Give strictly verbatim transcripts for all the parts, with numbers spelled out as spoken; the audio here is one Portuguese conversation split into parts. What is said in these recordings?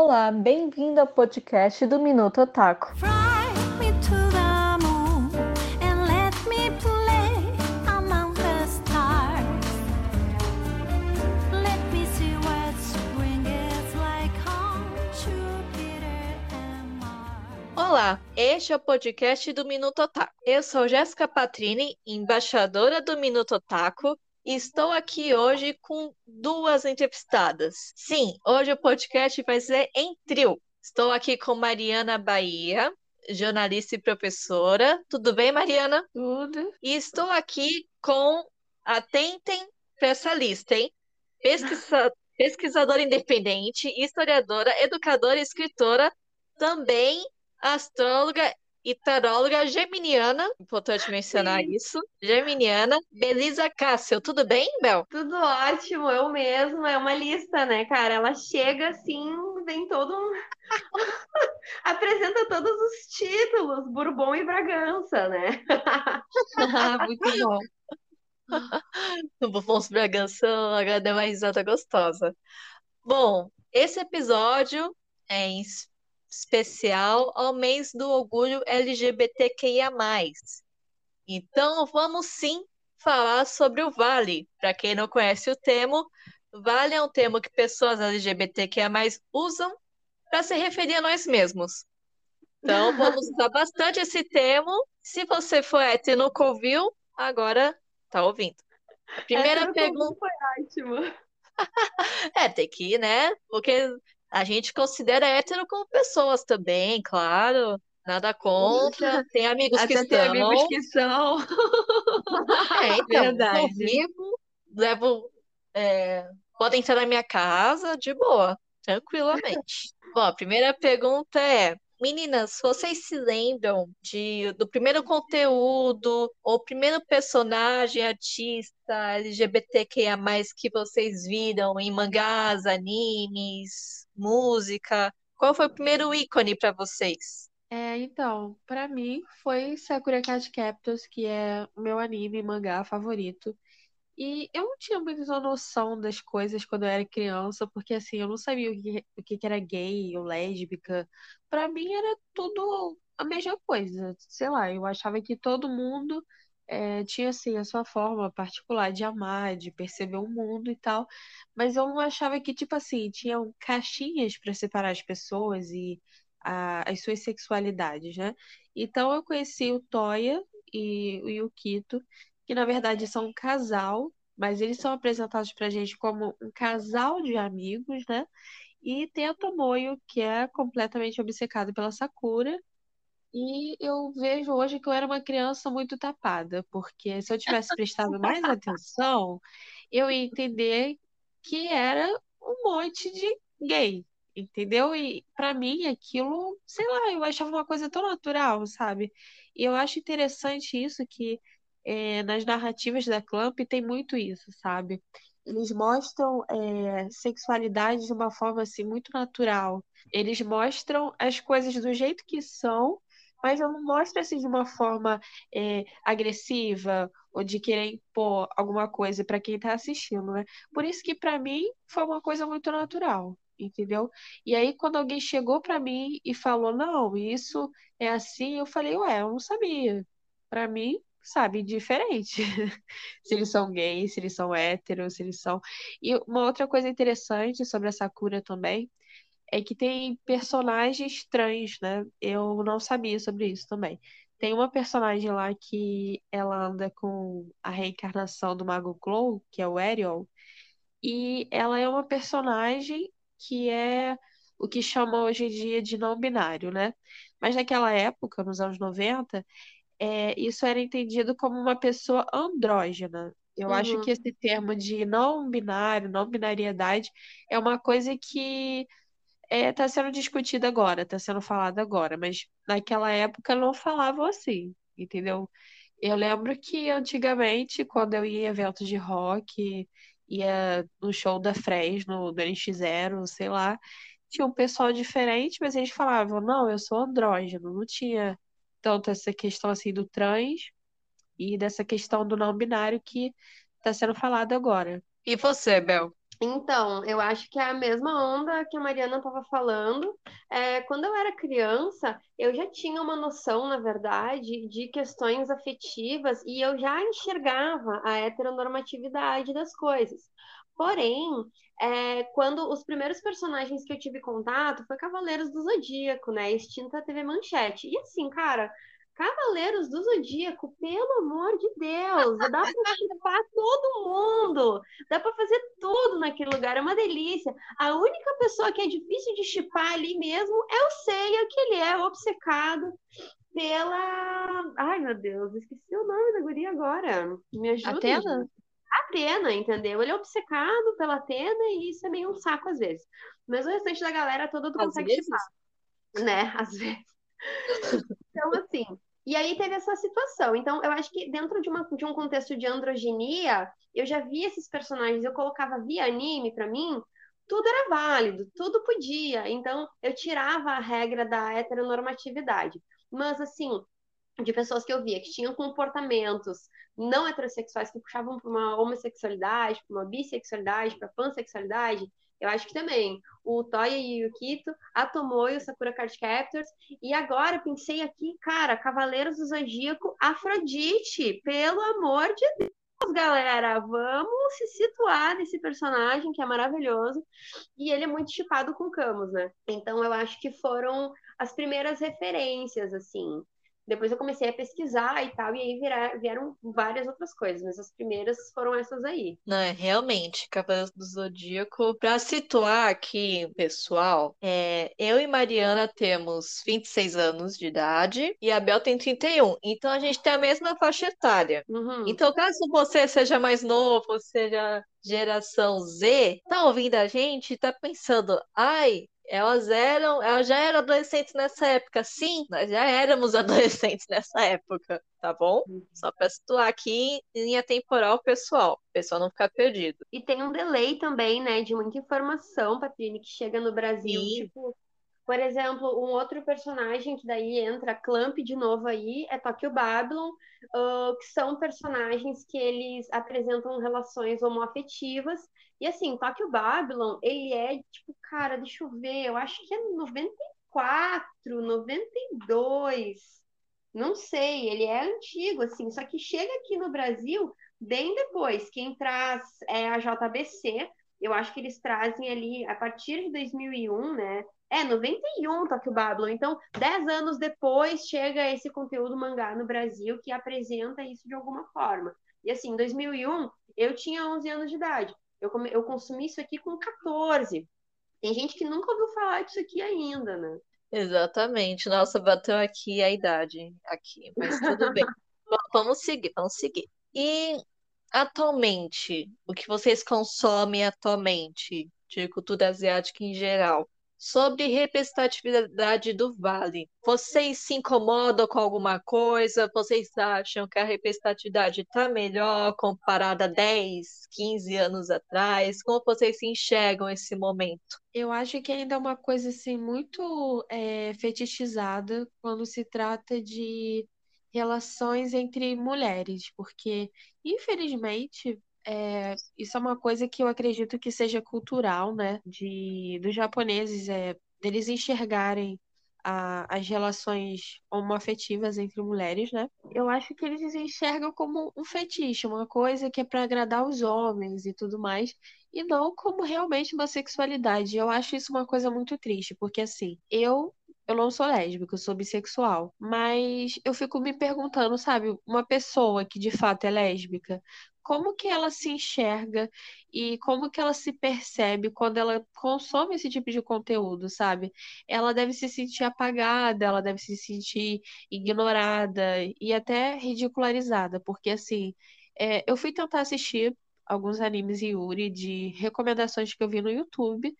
Olá, bem-vindo ao podcast do Minuto Otaku. Fly me to the moon and let me play among the stars. Let me see what spring is like on Jupiter and Mars. Olá, este é o podcast do Minuto Otaku. Eu sou Jéssica Patrini, embaixadora do Minuto Otaku, e estou aqui hoje com duas entrevistadas. Sim, hoje o podcast vai ser em trio. Estou aqui com Mariana Bahia, jornalista e professora. Tudo bem, Mariana? Tudo. E estou aqui com, atentem para essa lista, hein? Pesquisa- pesquisadora independente, historiadora, educadora e escritora, também astróloga e taróloga geminiana, importante mencionar Sim. isso, geminiana, Belisa Cássio. Tudo bem, Bel? Tudo ótimo, eu mesma, é uma lista, né, cara? Ela chega assim, vem todo um... apresenta todos os títulos, Bourbon e Bragança, né? Muito bom. O Afonso Bragança agora deu uma risada gostosa. Bom, esse episódio é em es- especial ao mês do orgulho L G B T Q I A mais. Então, vamos sim falar sobre o Vale. Para quem não conhece o termo, Vale é um termo que pessoas L G B T Q I A mais usam para se referir a nós mesmos. Então, vamos usar bastante esse termo. Se você for hétero e nunca ouviu, agora tá ouvindo. Primeira Hétero pergunta. comum foi ótimo. É, tem que ir, né? Porque a gente considera hétero como pessoas também, claro. Nada contra. Tem amigos que Até tem amigos são. que são. É, então, Verdade. convivo, levo. é, podem entrar na minha casa de boa, tranquilamente. Bom, a primeira pergunta é: meninas, vocês se lembram de, do primeiro conteúdo ou primeiro personagem, artista L G B T Q I A mais, que vocês viram em mangás, animes, música? Qual foi o primeiro ícone para vocês? É, então, pra mim foi Sakura Card Captors, que é o meu anime, mangá favorito. E eu não tinha muita noção das coisas quando eu era criança, porque assim, eu não sabia o que, o que que era gay ou lésbica. Pra mim era tudo a mesma coisa. Sei lá, eu achava que todo mundo é, tinha assim a sua forma particular de amar, de perceber o mundo e tal. Mas eu não achava que, tipo assim, tinham caixinhas pra separar as pessoas e a- as suas sexualidades, né? Então eu conheci o Toya e o Yukito, que na verdade são um casal, mas eles são apresentados pra gente como um casal de amigos, né? E tem a Tomoyo, que é completamente obcecada pela Sakura. E eu vejo hoje que eu era uma criança muito tapada, porque se eu tivesse prestado mais atenção, eu ia entender que era um monte de gay, entendeu? E pra mim aquilo, sei lá, eu achava uma coisa tão natural, sabe? E eu acho interessante isso que eh, nas narrativas da Clamp tem muito isso, sabe? Eles mostram eh, sexualidade de uma forma assim muito natural. Eles mostram as coisas do jeito que são, mas eu não mostro assim de uma forma eh, agressiva ou de querer impor alguma coisa para quem está assistindo, né? Por isso que para mim foi uma coisa muito natural, entendeu? E aí quando alguém chegou para mim e falou, não, isso é assim, eu falei, ué, eu não sabia. Para mim, sabe, diferente. Se eles são gays, se eles são héteros, se eles são. E uma outra coisa interessante sobre a Sakura também é que tem personagens trans, né? Eu não sabia sobre isso também. Tem uma personagem lá que ela anda com a reencarnação do Mago Clow, que é o Ariel, e ela é uma personagem que é o que chama hoje em dia de não binário, né? Mas naquela época, nos anos noventa, é, isso era entendido como uma pessoa andrógena. Eu acho Uhum. que esse termo de não binário, não binariedade, é uma coisa que está sendo discutida agora, está sendo falada agora, mas naquela época não falavam assim, entendeu? Eu lembro que antigamente, quando eu ia em eventos de rock, ia no show da Fresno, do N X Zero, sei lá, tinha um pessoal diferente, mas eles falavam, não, eu sou andrógeno, não tinha tanto essa questão assim do trans e dessa questão do não binário que está sendo falado agora. E você, Bel? Então, eu acho que é a mesma onda que a Mariana estava falando. É, quando eu era criança, eu já tinha uma noção, na verdade, de questões afetivas e eu já enxergava a heteronormatividade das coisas. Porém, é, quando os primeiros personagens que eu tive contato foi Cavaleiros do Zodíaco, né? Extinta T V Manchete. E assim, cara, Cavaleiros do Zodíaco, pelo amor de Deus, dá pra chipar todo mundo. Dá pra fazer tudo naquele lugar, é uma delícia. A única pessoa que é difícil de chipar ali mesmo é o Seiya, que ele é obcecado pela. Ai, meu Deus, esqueci o nome da guria agora. Me ajudem, Atena? gente. Atena, entendeu? Ele é obcecado pela Atena e isso é meio um saco às vezes. Mas o restante da galera toda tu Às consegue chipar, vezes. né? Às vezes. Então, assim. E aí teve essa situação. Então, eu acho que dentro de, uma, de um contexto de androginia, eu já vi esses personagens, eu colocava via anime pra mim, tudo era válido, tudo podia. Então, eu tirava a regra da heteronormatividade. Mas, assim, de pessoas que eu via que tinham comportamentos não heterossexuais que puxavam para uma homossexualidade, para uma bissexualidade, para pansexualidade, eu acho que também o Toya e o Yukito, a Tomoe, o Sakura Card Captors, e agora pensei aqui, cara, Cavaleiros do Zodíaco, Afrodite, pelo amor de Deus, galera, vamos se situar nesse personagem que é maravilhoso e ele é muito chipado com Camus, né? Então eu acho que foram as primeiras referências, assim. Depois eu comecei a pesquisar e tal, e aí virar, vieram várias outras coisas, mas as primeiras foram essas aí. Não, é realmente, Cavaleiros do Zodíaco. Para situar aqui, pessoal, é, eu e Mariana temos vinte e seis anos de idade e a Bel tem trinta e um. Então a gente tem a mesma faixa etária. Uhum. Então, caso você seja mais novo, seja geração Z, tá ouvindo a gente e tá pensando, ai, elas eram, elas já eram adolescentes nessa época. Sim, nós já éramos adolescentes nessa época, tá bom? Só para situar aqui em linha temporal, pessoal. O pessoal não ficar perdido. E tem um delay também, né, de muita informação, Patrine, que chega no Brasil. Sim, Tipo, por exemplo, um outro personagem que daí entra Clamp de novo aí é Tokyo Babylon, uh, que são personagens que eles apresentam relações homoafetivas. E assim, Tokyo Babylon, ele é tipo, cara, deixa eu ver, eu acho que é noventa e quatro, noventa e dois, não sei, ele é antigo, assim, só que chega aqui no Brasil bem depois. Quem traz é a J B C, eu acho que eles trazem ali a partir de dois mil e um, né? É, noventa e um Tokyo Babylon. Então, dez anos depois chega esse conteúdo mangá no Brasil que apresenta isso de alguma forma. E assim, em dois mil e um, eu tinha onze anos de idade. Eu, come... eu consumi isso aqui com quatorze. Tem gente que nunca ouviu falar disso aqui ainda, né? exatamente. Nossa, bateu aqui a idade aqui, mas tudo bem. V- Vamos seguir, vamos seguir. E atualmente, o que vocês consomem atualmente de cultura asiática em geral? Sobre representatividade do Vale, vocês se incomodam com alguma coisa? Vocês acham que a representatividade está melhor comparada a dez, quinze anos atrás? Como vocês se enxergam esse momento? Eu acho que ainda é uma coisa assim muito é, fetichizada quando se trata de relações entre mulheres, porque infelizmente é, isso é uma coisa que eu acredito que seja cultural, né? De dos japoneses é deles enxergarem a- as relações homoafetivas entre mulheres, né? Eu acho que eles enxergam como um fetiche, uma coisa que é para agradar os homens e tudo mais e não como realmente uma sexualidade. Eu acho isso uma coisa muito triste, porque assim, eu eu não sou lésbica, eu sou bissexual, mas eu fico me perguntando, sabe, uma pessoa que de fato é lésbica, como que ela se enxerga e como que ela se percebe quando ela consome esse tipo de conteúdo, sabe? Ela deve se sentir apagada, ela deve se sentir ignorada e até ridicularizada, porque assim, é, eu fui tentar assistir alguns animes Yuri de recomendações que eu vi no YouTube.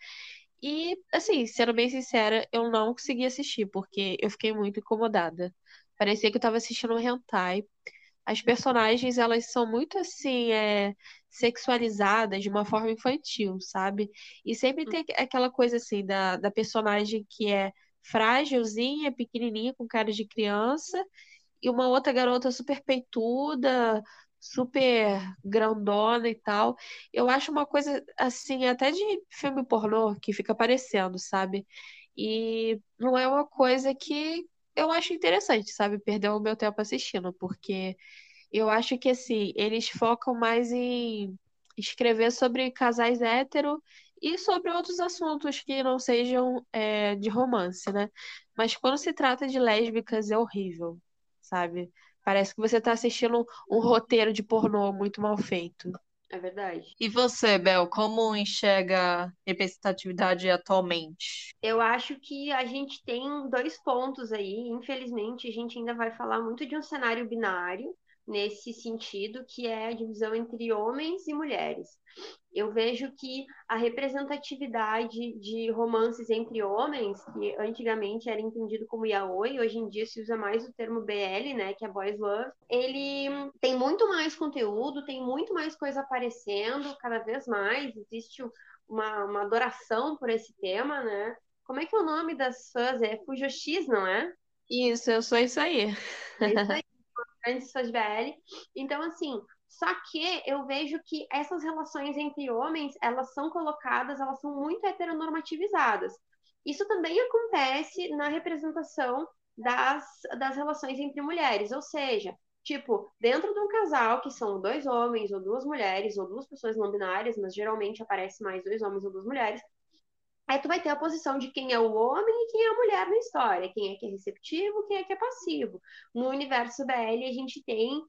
E, assim, sendo bem sincera, eu não consegui assistir, porque eu fiquei muito incomodada. Parecia que eu tava assistindo um hentai. As personagens, elas são muito, assim, é, sexualizadas de uma forma infantil, sabe? E sempre tem aquela coisa, assim, da, da personagem que é frágilzinha, pequenininha, com cara de criança, e uma outra garota super peituda, super grandona e tal. Eu acho uma coisa assim, até de filme pornô que fica aparecendo, sabe? E não é uma coisa que eu acho interessante, sabe? Perder o meu tempo assistindo, porque eu acho que assim, eles focam mais em escrever sobre casais hétero e sobre outros assuntos que não sejam é, de romance, né? Mas quando se trata de lésbicas é horrível, sabe? Parece que você tá assistindo um, um roteiro de pornô muito mal feito. É verdade. E você, Bel, como enxerga a representatividade atualmente? Eu acho que a gente tem dois pontos aí. Infelizmente, a gente ainda vai falar muito de um cenário binário nesse sentido, que é a divisão entre homens e mulheres. Eu vejo que a representatividade de romances entre homens, que antigamente era entendido como yaoi, hoje em dia se usa mais o termo B L, né, que é Boys Love, ele tem muito mais conteúdo, tem muito mais coisa aparecendo, cada vez mais, existe uma, uma adoração por esse tema, né? Como é que é o nome das fãs? É Fujo X, não é? Isso, eu sou isso aí. É isso aí, grandes fãs de B L. Então, assim, só que eu vejo que essas relações entre homens, elas são colocadas, elas são muito heteronormativizadas. Isso também acontece na representação das, das relações entre mulheres, ou seja, tipo, dentro de um casal que são dois homens ou duas mulheres ou duas pessoas não binárias, mas geralmente aparece mais dois homens ou duas mulheres. Aí tu vai ter a posição de quem é o homem e quem é a mulher na história, quem é que é receptivo, quem é que é passivo. No universo B L a gente tem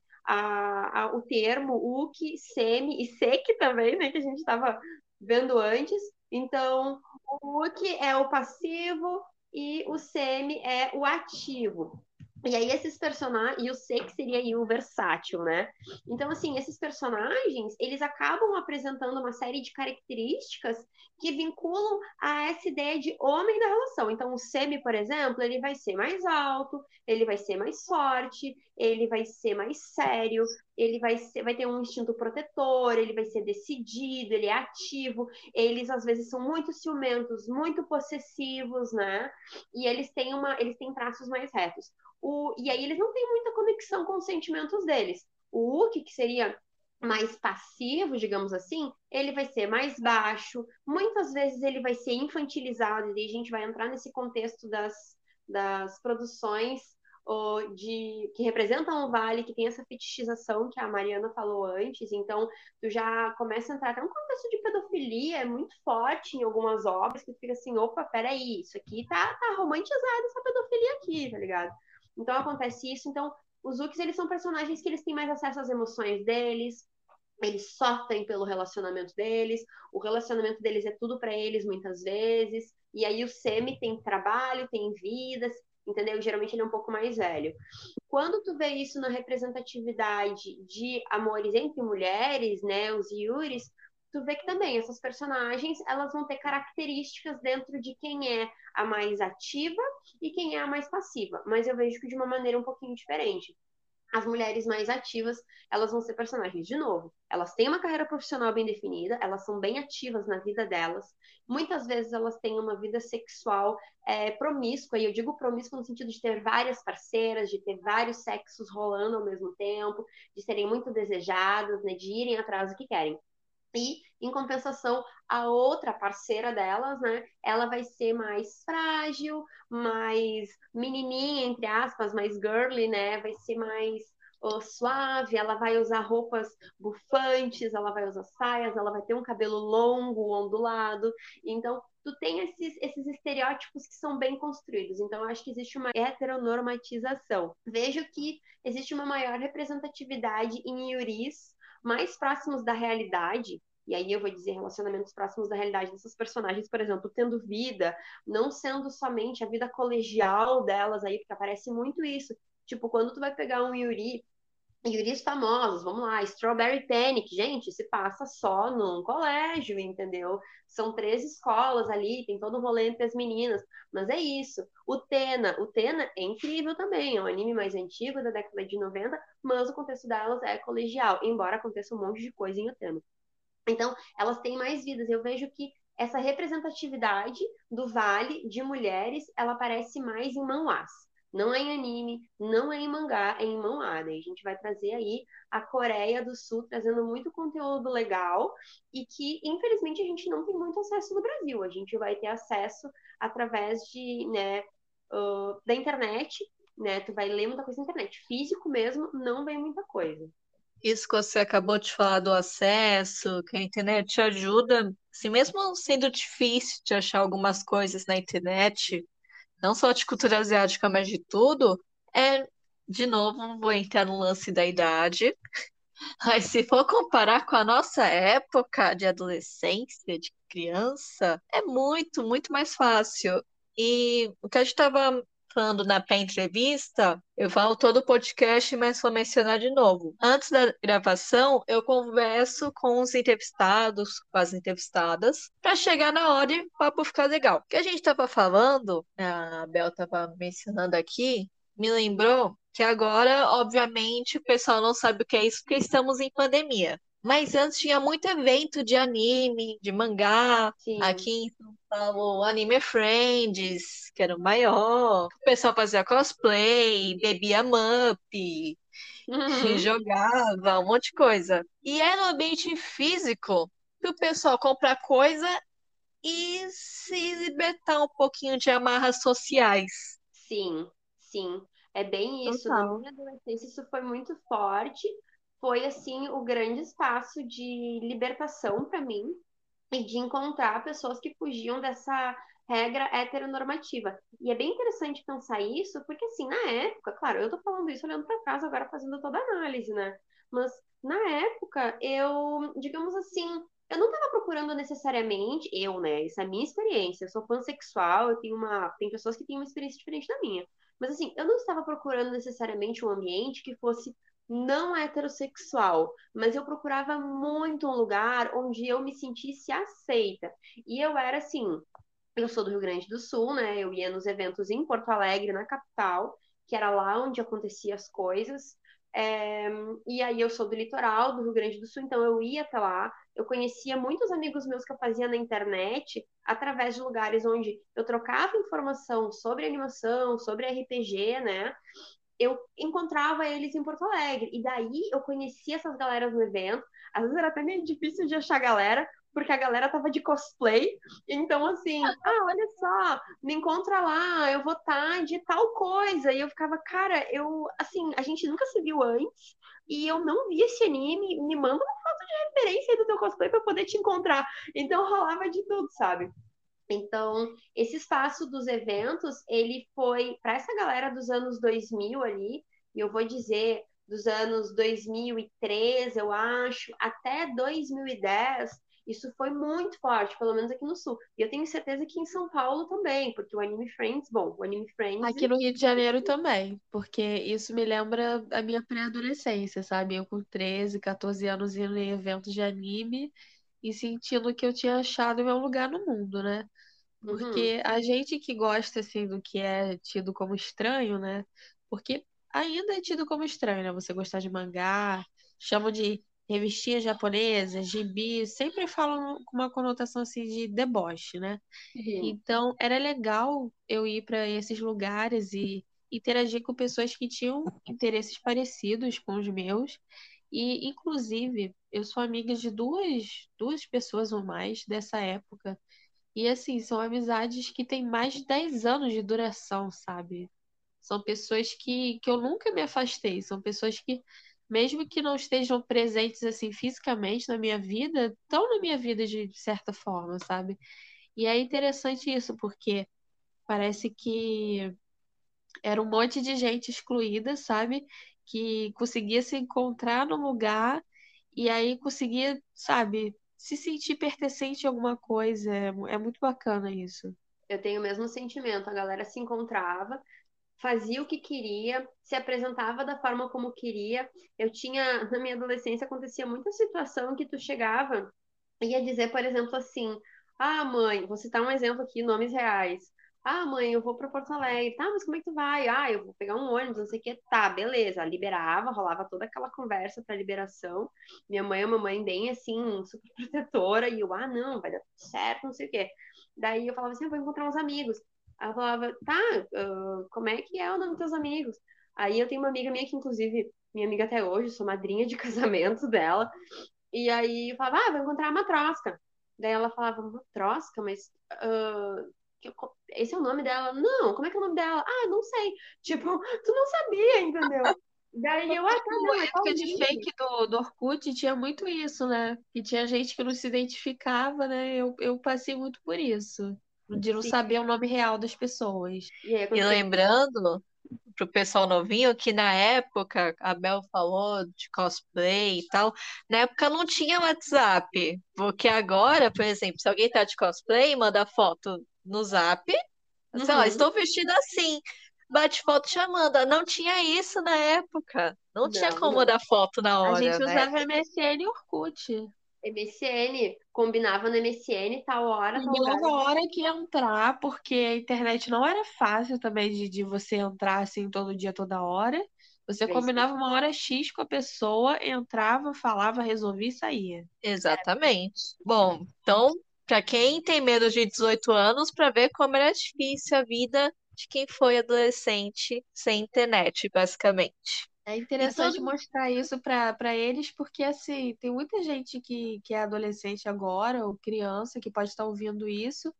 a, a, o termo uki, semi e seki também, né, que a gente estava vendo antes. Então, o uki é o passivo e o semi é o ativo. E aí esses personagens, e o seki seria aí o versátil, né? Então, assim, esses personagens, eles acabam apresentando uma série de características que vinculam a essa ideia de homem da relação. Então, o semi, por exemplo, ele vai ser mais alto, ele vai ser mais forte, ele vai ser mais sério, ele vai, ser, vai ter um instinto protetor, ele vai ser decidido, ele é ativo, eles às vezes são muito ciumentos, muito possessivos, né? E eles têm, uma, eles têm traços mais retos. O, e aí eles não têm muita conexão com os sentimentos deles. O Uki, que seria mais passivo, digamos assim, ele vai ser mais baixo, muitas vezes ele vai ser infantilizado, e a gente vai entrar nesse contexto das, das produções ou de, que representam o Vale, que tem essa fetichização que a Mariana falou antes, então tu já começa a entrar até um contexto de pedofilia, é muito forte em algumas obras, que tu fica assim, opa, peraí, isso aqui tá, tá romantizado, essa pedofilia aqui, tá ligado? Então acontece isso, então os Ukis, eles são personagens que eles têm mais acesso às emoções deles, eles sofrem pelo relacionamento deles, o relacionamento deles é tudo para eles muitas vezes, e aí o Semi tem trabalho, tem vidas, entendeu? Geralmente ele é um pouco mais velho. Quando tu vê isso na representatividade de amores entre mulheres, né, os Yuris, tu vê que também essas personagens, elas vão ter características dentro de quem é a mais ativa e quem é a mais passiva, mas eu vejo que de uma maneira um pouquinho diferente. As mulheres mais ativas, elas vão ser personagens de novo. Elas têm uma carreira profissional bem definida, elas são bem ativas na vida delas. Muitas vezes elas têm uma vida sexual é, promíscua, e eu digo promíscua no sentido de ter várias parceiras, de ter vários sexos rolando ao mesmo tempo, de serem muito desejadas, né, de irem atrás do que querem. E, em compensação, a outra parceira delas, né, ela vai ser mais frágil, mais menininha, entre aspas, mais girly, né, vai ser mais oh, suave, ela vai usar roupas bufantes, ela vai usar saias, ela vai ter um cabelo longo, ondulado. Então, tu tem esses, esses estereótipos que são bem construídos. Então, eu acho que existe uma heteronormatização. Vejo que existe uma maior representatividade em yuris, mais próximos da realidade, e aí eu vou dizer relacionamentos próximos da realidade dessas personagens, por exemplo, tendo vida, não sendo somente a vida colegial delas aí, porque aparece muito isso. Tipo, quando tu vai pegar um Yuri, Yuris famosos, vamos lá, Strawberry Panic, gente, se passa só num colégio, entendeu? São três escolas ali, tem todo o rolê entre as meninas, mas é isso. O Tena, o Tena é incrível também, é um anime mais antigo, da década de noventa, mas o contexto delas é colegial, embora aconteça um monte de coisa em Utena. Então, elas têm mais vidas. Eu vejo que essa representatividade do Vale de mulheres, ela aparece mais em manhwas. Não é em anime, não é em mangá, é em manhwa. E a gente vai trazer aí a Coreia do Sul trazendo muito conteúdo legal e que, infelizmente, a gente não tem muito acesso no Brasil. A gente vai ter acesso através de, né, uh, da internet, né? Tu vai ler muita coisa na internet. Físico mesmo, não vem muita coisa. Isso que você acabou de falar do acesso, que a internet te ajuda, assim, mesmo sendo difícil de achar algumas coisas na internet, não só de cultura asiática, mas de tudo, é, de novo, não vou entrar no lance da idade, mas se for comparar com a nossa época de adolescência, de criança, é muito, muito mais fácil. E o que a gente estava falando na pré-entrevista, eu falo todo o podcast, mas vou mencionar de novo. Antes da gravação, eu converso com os entrevistados, com as entrevistadas, para chegar na hora e o papo ficar legal. O que a gente estava falando, a Bel estava mencionando aqui, me lembrou que agora, obviamente, o pessoal não sabe o que é isso porque estamos em pandemia. Mas antes tinha muito evento de anime, de mangá. Sim. Aqui em São Paulo, o Anime Friends, que era o maior. O pessoal fazia cosplay, bebia mup, Uhum. jogava, um monte de coisa. E era um ambiente físico para o pessoal comprar coisa e se libertar um pouquinho de amarras sociais. Sim, sim. É bem isso. Na Total. minha adolescência, isso foi muito forte. Foi, assim, o grande espaço de libertação para mim e de encontrar pessoas que fugiam dessa regra heteronormativa. E é bem interessante pensar isso, porque, assim, na época, claro, eu tô falando isso olhando para trás, agora fazendo toda a análise, né? Mas, na época, eu, digamos assim, eu não estava procurando necessariamente, eu, né? Essa é a minha experiência. Eu sou pansexual, eu tenho uma. Tem pessoas que têm uma experiência diferente da minha. Mas, assim, eu não estava procurando necessariamente um ambiente que fosse não heterossexual, mas eu procurava muito um lugar onde eu me sentisse aceita. E eu era assim, eu sou do Rio Grande do Sul, né? Eu ia nos eventos em Porto Alegre, na capital, que era lá onde acontecia as coisas. É, e aí eu sou do litoral do Rio Grande do Sul, então eu ia até lá. Eu conhecia muitos amigos meus que eu fazia na internet através de lugares onde eu trocava informação sobre animação, sobre R P G, né? Eu encontrava eles em Porto Alegre. E daí eu conhecia essas galeras no evento. Às vezes era até meio difícil de achar a galera, porque a galera tava de cosplay. Então, assim, ah, olha só, me encontra lá, eu vou estar de tal coisa. E eu ficava, cara, eu, assim, a gente nunca se viu antes. E eu não vi esse anime, me manda uma foto de referência aí do teu cosplay pra eu poder te encontrar. Então rolava de tudo, sabe? Então, esse espaço dos eventos, ele foi para essa galera dos anos dois mil ali, e eu vou dizer dos anos dois mil e três, eu acho, até dois mil e dez, isso foi muito forte, pelo menos aqui no Sul. E eu tenho certeza que em São Paulo também, porque o Anime Friends, bom, o Anime Friends, Aqui no Rio de Janeiro também, porque isso me lembra a minha pré-adolescência, sabe? Eu com treze, quatorze anos indo em eventos de anime e sentindo que eu tinha achado meu lugar no mundo, né? uhum, Porque a gente que gosta, assim, do que é tido como estranho, né? Porque ainda é tido como estranho, né? Você gostar de mangá, chamam de revistinha japonesa, gibi, sempre falam com uma conotação, assim, de deboche, né? sim, Então, era legal eu ir para esses lugares e interagir com pessoas que tinham interesses parecidos com os meus. E, inclusive, eu sou amiga de duas, duas pessoas ou mais dessa época. E, assim, são amizades que têm mais de dez anos de duração, sabe? São pessoas que, que eu nunca me afastei. São pessoas que, mesmo que não estejam presentes, assim, fisicamente na minha vida, estão na minha vida de de certa forma, sabe? E é interessante isso, porque parece que era um monte de gente excluída, sabe? Que conseguia se encontrar no lugar e aí conseguia, sabe, se sentir pertencente a alguma coisa. É, mu- é muito bacana isso. eu tenho o mesmo sentimento. A galera se encontrava, fazia o que queria, se apresentava da forma como queria. Eu tinha, na minha adolescência, acontecia muita situação que tu chegava e ia dizer, por exemplo, assim: ah, mãe, vou citar um exemplo aqui, nomes reais. Ah, mãe, eu vou para Porto Alegre. Tá, mas como é que tu vai? Ah, eu vou pegar um ônibus, não sei o quê. Tá, beleza. Liberava, rolava toda aquela conversa para liberação. Minha mãe é uma mãe bem assim, super protetora. E eu, ah, não, vai dar tudo certo, não sei o quê. Daí eu falava assim: eu vou encontrar uns amigos. Aí eu falava, tá, ah, como é que é o nome dos teus amigos? Aí eu tenho uma amiga minha que, inclusive, minha amiga até hoje, sou madrinha de casamento dela. E aí eu falava, ah, vou encontrar a matrosca. Daí ela falava, matrosca, mas ah, que- co- esse é o nome dela? Não, como é que é o nome dela? Ah, não sei. Tipo, tu não sabia, entendeu? Daí eu, ah, tá, Na não, é tal época de livro. fake do, do Orkut tinha muito isso, né? Que tinha gente que não se identificava, né? Eu, eu passei muito por isso, de não Sim. saber o nome real das pessoas. E aí E acontecia. lembrando pro pessoal novinho que na época, a Bel falou de cosplay e tal, na época não tinha WhatsApp, porque agora, por exemplo, se alguém tá de cosplay, manda foto no Zap, sei lá, Uhum. estou vestida assim, bate foto chamando. Não tinha isso na época, não tinha Não, como não. mandar foto na A hora, gente né? usava M S N e Orkut. M S N, combinava no M S N, tal hora, tal lugar. Combinava a hora que ia entrar, porque a internet não era fácil também de, de você entrar assim todo dia, toda hora. Você É isso. combinava uma hora X com a pessoa, entrava, falava, resolvia e saía. Exatamente. Bom, então, para quem tem menos de dezoito anos, para ver como era difícil a vida de quem foi adolescente sem internet, basicamente. É E interessante todo mostrar isso para para eles, porque assim, tem muita gente que, que é adolescente agora, ou criança, que pode estar ouvindo isso,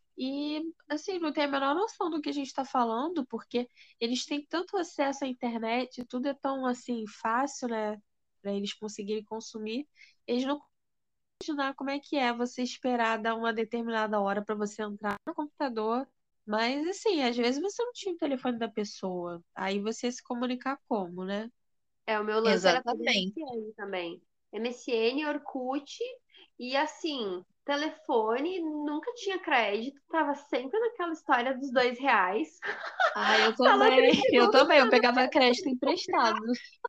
e assim, não tem a menor noção do que a gente está falando, porque eles têm tanto acesso à internet, tudo é tão assim fácil, né, para eles conseguirem consumir, eles não conseguem imaginar como é que é você esperar dar uma determinada hora para você entrar no computador. Mas assim, às vezes você não tinha o telefone da pessoa, aí você ia se comunicar como, né? É, o meu lance era todo exatamente. M S N também. M S N, Orkut, e assim, telefone, nunca tinha crédito, tava sempre naquela história dos dois reais. Ah, eu Falou também. três Eu segundos, também. Eu pegava crédito emprestado.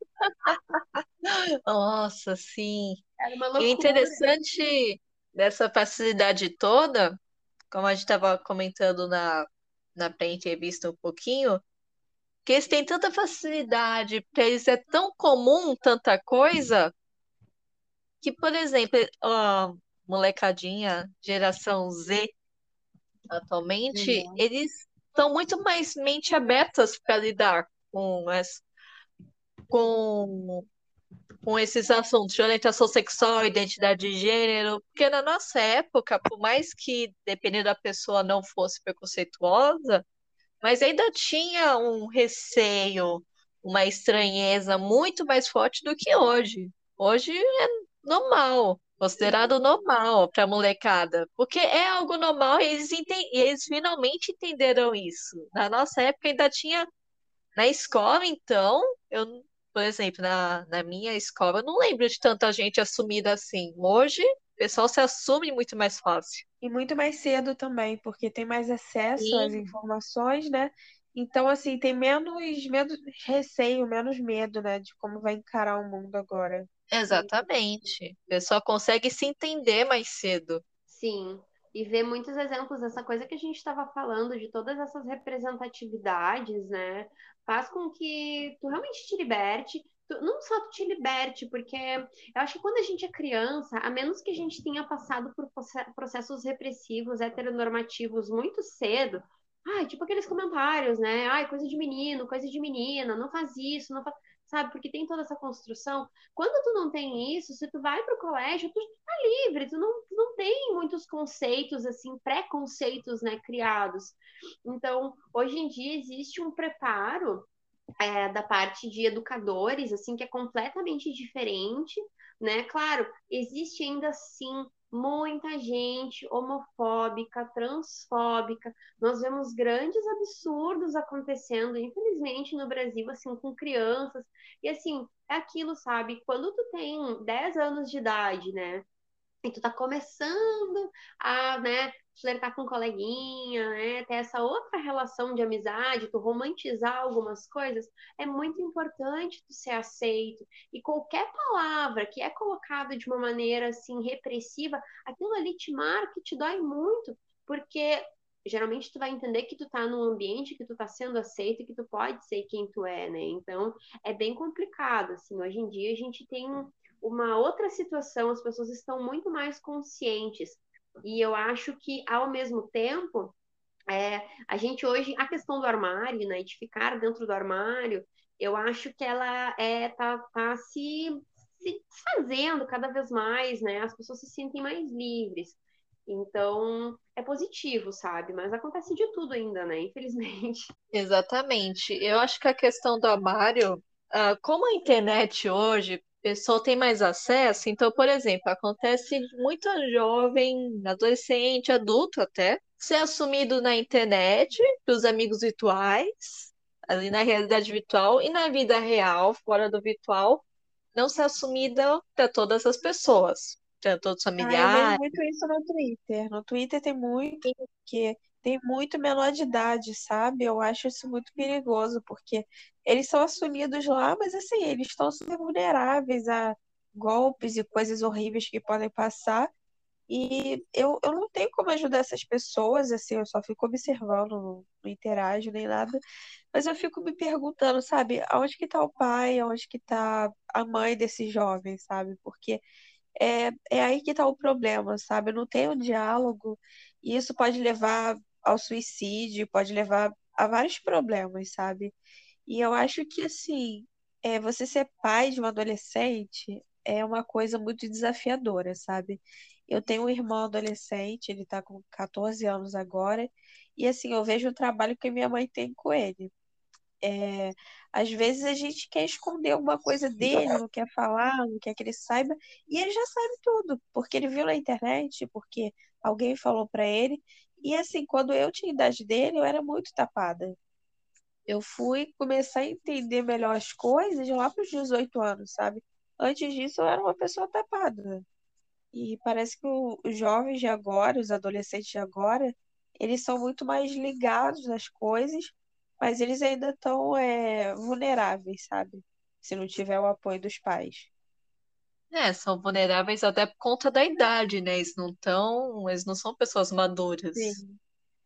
Nossa, sim. era uma E o loucura. interessante dessa facilidade toda, como a gente estava comentando na, na pré-entrevista um pouquinho, que eles têm tanta facilidade, para eles é tão comum tanta coisa, que, por exemplo, a molecadinha, geração Z, atualmente, É. eles estão muito mais mente abertas para lidar com, as, com, com esses assuntos de orientação sexual, identidade de gênero, porque na nossa época, por mais que, dependendo da pessoa, não fosse preconceituosa, mas ainda tinha um receio, uma estranheza muito mais forte do que hoje. Hoje é normal, considerado normal para a molecada, porque é algo normal e eles, enten- e eles finalmente entenderam isso. Na nossa época ainda tinha na escola, então, eu, por exemplo, na, na minha escola, eu não lembro de tanta gente assumida assim. Hoje, o pessoal se assume muito mais fácil. E muito mais cedo também, porque tem mais acesso às Sim, informações, né? Então, assim, tem menos, menos receio, menos medo, né? De como vai encarar o mundo agora. exatamente. O pessoal consegue se entender mais cedo. Sim, e ver muitos exemplos dessa coisa que a gente estava falando, de todas essas representatividades, né? Faz com que tu realmente te liberte. Tu- não só tu te liberte, porque eu acho que quando a gente é criança, a menos que a gente tenha passado por proce- processos repressivos, heteronormativos muito cedo, ai, tipo aqueles comentários, né? Ai, coisa de menino, coisa de menina, não faz isso, não faz. Sabe, porque tem toda essa construção. Quando tu não tem isso, se tu vai pro colégio, tu livre, tu não, tu não tem muitos conceitos, assim, pré-conceitos, né, criados. Então, hoje em dia existe um preparo é, da parte de educadores, assim, que é completamente diferente, né? Claro, existe ainda assim muita gente homofóbica, transfóbica. Nós vemos grandes absurdos acontecendo, infelizmente, no Brasil, assim, com crianças. E assim, é aquilo, sabe? Quando tu tem dez anos de idade, né? E tu tá começando a, né, flertar com um coleguinha, né, ter essa outra relação de amizade, tu romantizar algumas coisas, é muito importante tu ser aceito. E qualquer palavra que é colocada de uma maneira, assim, repressiva, aquilo ali te marca e te dói muito, porque geralmente tu vai entender que tu tá num ambiente que tu tá sendo aceito e que tu pode ser quem tu é, né? Então, é bem complicado, assim, hoje em dia a gente tem uma outra situação, as pessoas estão muito mais conscientes. E eu acho que, ao mesmo tempo, É, a gente hoje, a questão do armário, né, de ficar dentro do armário, eu acho que ela é, tá, tá se, se desfazendo cada vez mais, né? As pessoas se sentem mais livres. Então, é positivo, sabe? Mas acontece de tudo ainda, né? Infelizmente. Exatamente. Eu acho que a questão do armário, ah, como a internet hoje, o pessoal tem mais acesso, então, por exemplo, acontece de muito jovem, adolescente, adulto até, ser assumido na internet, pelos amigos virtuais, ali na realidade virtual, e na vida real, fora do virtual, não ser assumida para todas as pessoas, para todos os Ah, eu vejo familiares. muito isso no Twitter. No Twitter tem muito, porque tem muito menor de idade, sabe? Eu acho isso muito perigoso, porque eles são assumidos lá, mas assim, eles estão super vulneráveis a golpes e coisas horríveis que podem passar. E eu, eu não tenho como ajudar essas pessoas, assim, eu só fico observando, não, não interajo nem nada. Mas eu fico me perguntando, sabe, aonde que tá o pai, aonde que tá a mãe desses jovens, sabe? Porque é, é aí que tá o problema, sabe? Não tem um diálogo, e isso pode levar ao suicídio, pode levar a vários problemas, sabe? E eu acho que, assim, é, você ser pai de um adolescente é uma coisa muito desafiadora, sabe? Eu tenho um irmão adolescente, ele tá com catorze anos agora, e assim, eu vejo o trabalho que minha mãe tem com ele. É, às vezes a gente quer esconder alguma coisa dele, não quer falar, não quer que ele saiba, e ele já sabe tudo, porque ele viu na internet, porque alguém falou pra ele. E assim, quando eu tinha a idade dele, eu era muito tapada. Eu fui começar a entender melhor as coisas lá para os dezoito anos, sabe? Antes disso, eu era uma pessoa tapada. E parece que o- os jovens de agora, os adolescentes de agora, eles são muito mais ligados às coisas, mas eles ainda estão é, vulneráveis, sabe? Se não tiver o apoio dos pais. É, são vulneráveis até por conta da idade, né? Eles não tão, eles não são pessoas maduras. Sim,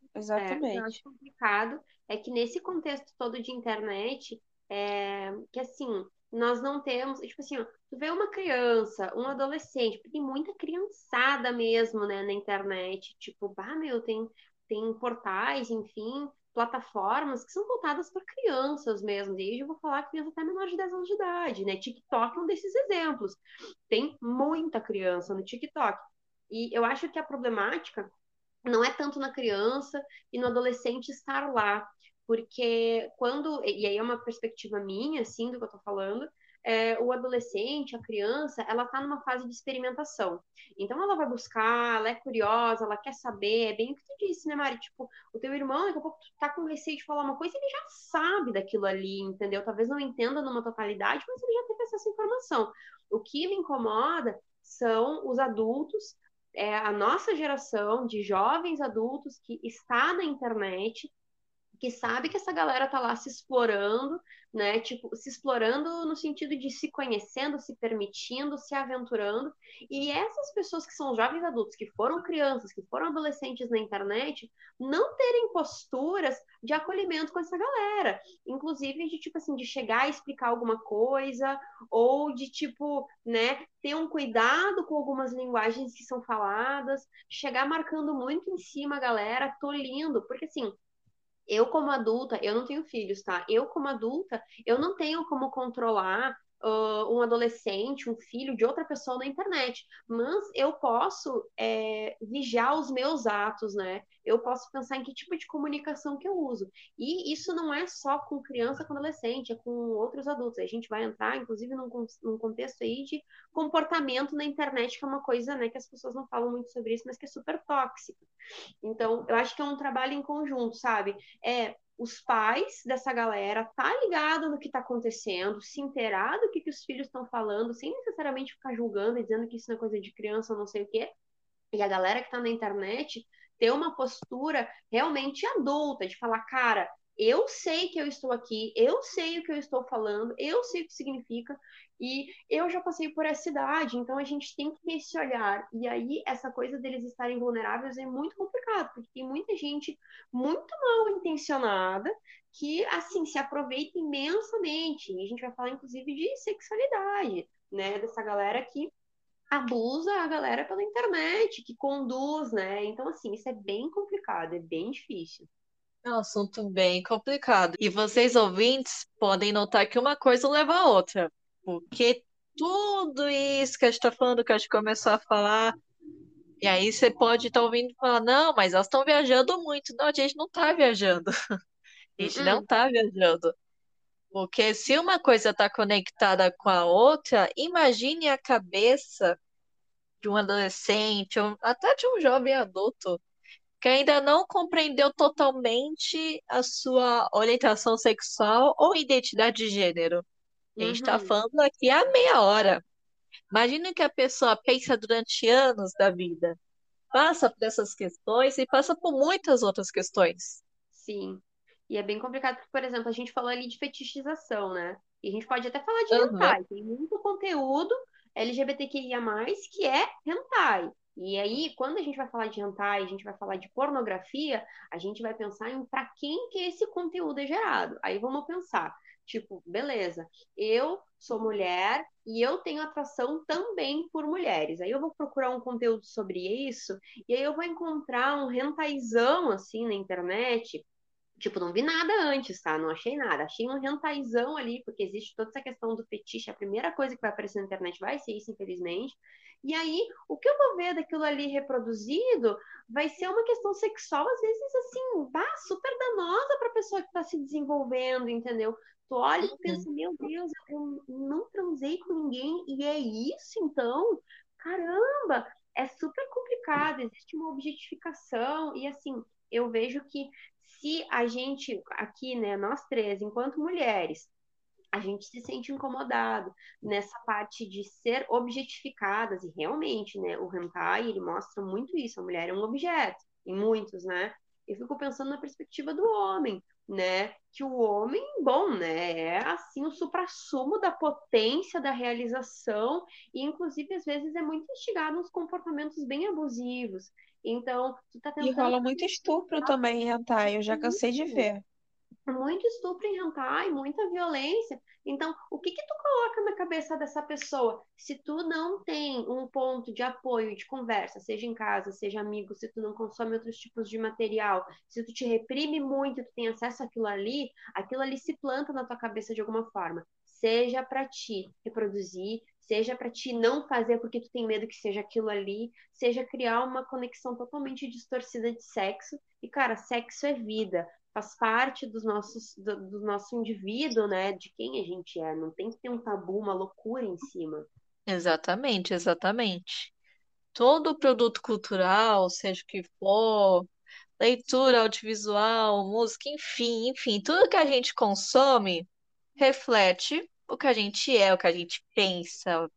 É, o que eu acho exatamente. complicado é que nesse contexto todo de internet, é, que assim, nós não temos, tipo assim, ó, tu vê uma criança, um adolescente, porque tem muita criançada mesmo, né, na internet, tipo, bah, meu, tem, tem portais, enfim, plataformas que são voltadas para crianças mesmo, e aí eu vou falar criança até menor de dez anos de idade, né, TikTok é um desses exemplos, tem muita criança no TikTok, e eu acho que a problemática não é tanto na criança e no adolescente estar lá, porque quando, e aí é uma perspectiva minha, assim, do que eu tô falando, é, o adolescente, a criança, ela tá numa fase de experimentação. Então ela vai buscar, ela é curiosa, ela quer saber, é bem o que tu disse, né, Mari? Tipo, o teu irmão, daqui a pouco tu tá com receio de falar uma coisa, ele já sabe daquilo ali, entendeu? Talvez não entenda numa totalidade, mas ele já teve acesso à informação. O que me incomoda são os adultos, é, a nossa geração de jovens adultos que está na internet, que sabe que essa galera tá lá se explorando, né? Tipo, se explorando no sentido de se conhecendo, se permitindo, se aventurando. E essas pessoas que são jovens adultos, que foram crianças, que foram adolescentes na internet, não terem posturas de acolhimento com essa galera. Inclusive de tipo assim, de chegar e explicar alguma coisa, ou de tipo, né, ter um cuidado com algumas linguagens que são faladas, chegar marcando muito em cima a galera, tolindo, porque assim, eu, como adulta, eu não tenho filhos, tá? Eu, como adulta, eu não tenho como controlar uh, um adolescente, um filho de outra pessoa na internet. Mas eu posso é, vigiar os meus atos, né? Eu posso pensar em que tipo de comunicação que eu uso. E isso não é só com criança, com adolescente, é com outros adultos. A gente vai entrar, inclusive, num, num contexto aí de comportamento na internet, que é uma coisa, né, que as pessoas não falam muito sobre isso, mas que é super tóxica. Então, eu acho que é um trabalho em conjunto, sabe? É os pais dessa galera tá ligado no que tá acontecendo, se inteirar do que, que os filhos estão falando, sem necessariamente ficar julgando e dizendo que isso não é coisa de criança ou não sei o quê. E a galera que tá na internet ter uma postura realmente adulta, de falar, cara, eu sei que eu estou aqui, eu sei o que eu estou falando, eu sei o que significa, e eu já passei por essa idade, então a gente tem que ter esse olhar. E aí, essa coisa deles estarem vulneráveis é muito complicado, porque tem muita gente muito mal intencionada que, assim, se aproveita imensamente. E a gente vai falar, inclusive, de sexualidade, né? Dessa galera que abusa a galera pela internet, que conduz, né? Então, assim, isso é bem complicado, é bem difícil. É um assunto bem complicado. E vocês ouvintes podem notar que uma coisa leva a outra. Porque tudo isso que a gente está falando, que a gente começou a falar, e aí você pode estar ouvindo e falar, não, mas elas estão viajando muito. Não, a gente não está viajando. A gente não Uh-uh. está viajando. Porque se uma coisa está conectada com a outra, imagine a cabeça de um adolescente, ou até de um jovem adulto, que ainda não compreendeu totalmente a sua orientação sexual ou identidade de gênero. A gente está Uhum. falando aqui há meia hora. Imagina que a pessoa pensa durante anos da vida, passa por essas questões e passa por muitas outras questões. Sim. E é bem complicado porque, por exemplo, a gente falou ali de fetichização, né? E a gente pode até falar de Aham. hentai. Tem muito conteúdo L G B T Q I A mais, que é hentai. E aí, quando a gente vai falar de hentai, a gente vai falar de pornografia, a gente vai pensar em para quem que esse conteúdo é gerado. Aí vamos pensar, tipo, beleza, eu sou mulher e eu tenho atração também por mulheres. Aí eu vou procurar um conteúdo sobre isso, e aí eu vou encontrar um hentaizão assim na internet. Tipo, não vi nada antes, tá? Não achei nada. Achei um hentaizão ali, porque existe toda essa questão do fetiche. A primeira coisa que vai aparecer na internet vai ser isso, infelizmente. E aí, o que eu vou ver daquilo ali reproduzido vai ser uma questão sexual, às vezes, assim, bah, super danosa para a pessoa que está se desenvolvendo, entendeu? Tu olha e tu Uhum. pensa, meu Deus, eu não transei com ninguém e é isso, então? Caramba! É super complicado, existe uma objetificação e, assim, eu vejo que se a gente aqui, né, nós três, enquanto mulheres, a gente se sente incomodado nessa parte de ser objetificadas e realmente, né, o hentai, ele mostra muito isso, a mulher é um objeto, em muitos, né? Eu fico pensando na perspectiva do homem, né? Que o homem, bom, né, é assim o suprassumo da potência da realização e inclusive às vezes é muito instigado nos comportamentos bem abusivos. Então, tu tá E tentando rola muito estupro também em hentai, eu já cansei de ver. muito estupro em hentai, muita violência. Então, o que que tu coloca na cabeça dessa pessoa? Se tu não tem um ponto de apoio, de conversa, seja em casa, seja amigo, se tu não consome outros tipos de material, se tu te reprime muito, tu tem acesso àquilo ali, aquilo ali se planta na tua cabeça de alguma forma. Seja para ti reproduzir, seja para ti não fazer porque tu tem medo que seja aquilo ali, seja criar uma conexão totalmente distorcida de sexo. E, cara, sexo é vida, faz parte dos nossos, do, do nosso indivíduo, né? De quem a gente é. Não tem que ter um tabu, uma loucura em cima. Exatamente, exatamente. Todo produto cultural, seja o que for, leitura, audiovisual, música, enfim, enfim, tudo que a gente consome reflete o que a gente é, o que a gente pensa,